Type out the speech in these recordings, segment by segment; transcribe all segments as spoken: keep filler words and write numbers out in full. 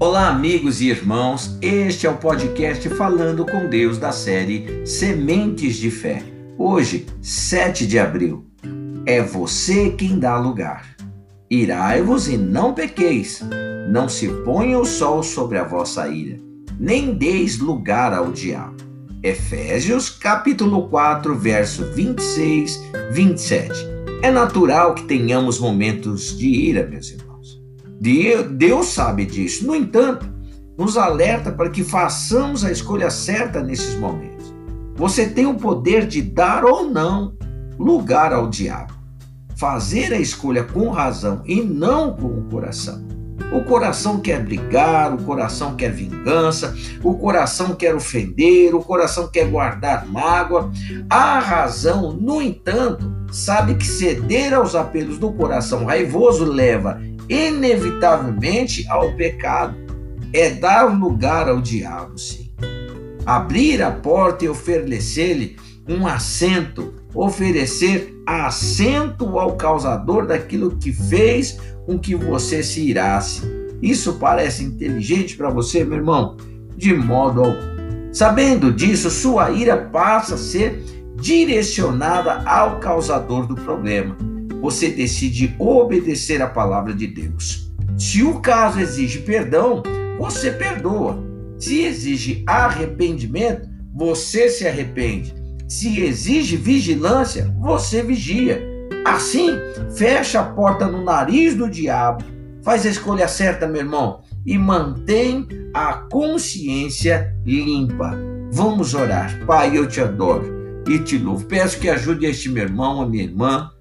Olá, amigos e irmãos, este é o podcast Falando com Deus da série Sementes de Fé. Hoje, sete de abril, é você quem dá lugar. Irai-vos e não pequeis, não se ponha o sol sobre a vossa ira, nem deis lugar ao diabo. Efésios capítulo quatro, verso vinte e seis, vinte e sete. É natural que tenhamos momentos de ira, meus irmãos. Deus sabe disso. No entanto, nos alerta para que façamos a escolha certa nesses momentos. Você tem o poder de dar ou não lugar ao diabo. Fazer a escolha com razão e não com o coração. O coração quer brigar, o coração quer vingança, o coração quer ofender, o coração quer guardar mágoa. A razão, no entanto, sabe que ceder aos apelos do coração raivoso leva inevitavelmente ao pecado. É dar lugar ao diabo, sim. Abrir a porta e oferecer-lhe um assento, oferecer assento ao causador daquilo que fez com que você se irasse. Isso parece inteligente para você, meu irmão? De modo algum. Sabendo disso, sua ira passa a ser direcionada ao causador do problema. Você decide obedecer a palavra de Deus. Se o caso exige perdão, você perdoa. Se exige arrependimento, você se arrepende. Se exige vigilância, você vigia. Assim, fecha a porta no nariz do diabo, faz a escolha certa, meu irmão, e mantém a consciência limpa. Vamos orar. Pai, eu te adoro e te louvo. Peço que ajude este meu irmão, a minha irmã.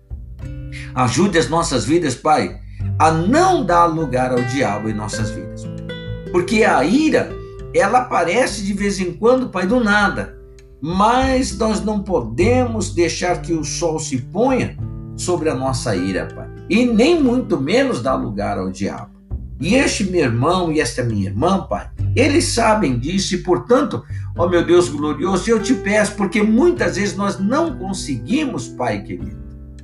Ajude as nossas vidas, Pai, a não dar lugar ao diabo em nossas vidas. Porque a ira, ela aparece de vez em quando, Pai, do nada. Mas nós não podemos deixar que o sol se ponha sobre a nossa ira, Pai. E nem muito menos dar lugar ao diabo. E este meu irmão e esta minha irmã, Pai, eles sabem disso e, portanto, ó meu Deus glorioso, eu te peço, porque muitas vezes nós não conseguimos, Pai querido,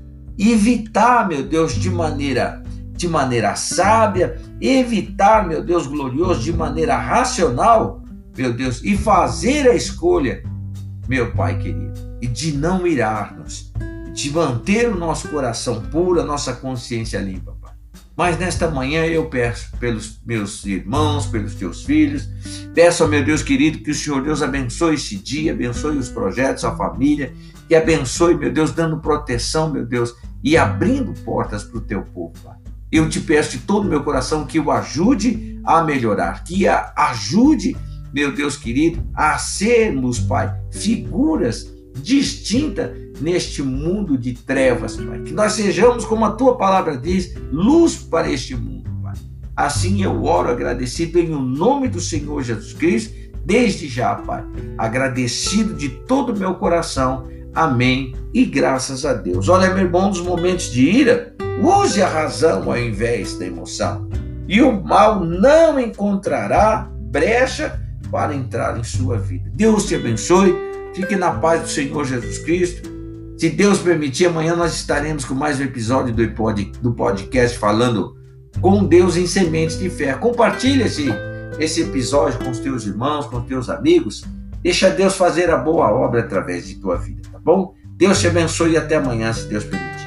evitar, meu Deus, de maneira, de maneira sábia, evitar, meu Deus glorioso, de maneira racional, meu Deus, e fazer a escolha, meu Pai querido, e de não irar-nos, de manter o nosso coração puro, a nossa consciência limpa, Pai. Mas nesta manhã eu peço pelos meus irmãos, pelos teus filhos, peço ao meu Deus querido que o Senhor Deus abençoe esse dia, abençoe os projetos, a família, e abençoe, meu Deus, dando proteção, meu Deus, e abrindo portas para o teu povo, Pai. Eu te peço de todo o meu coração que o ajude a melhorar, que a ajude, meu Deus querido, a sermos, Pai, figuras distintas neste mundo de trevas, Pai. Que nós sejamos, como a tua palavra diz, luz para este mundo, Pai. Assim eu oro agradecido em o nome do Senhor Jesus Cristo, desde já, Pai. Agradecido de todo o meu coração. Amém e graças a Deus. Olha, meu irmão, nos momentos de ira, use a razão ao invés da emoção. E o mal não encontrará brecha para entrar em sua vida. Deus te abençoe. Fique na paz do Senhor Jesus Cristo. Se Deus permitir, amanhã nós estaremos com mais um episódio do podcast Falando com Deus em Sementes de Fé. Compartilhe esse, esse episódio com os teus irmãos, com os teus amigos. Deixa Deus fazer a boa obra através de tua vida, tá bom? Deus te abençoe e até amanhã, se Deus permitir.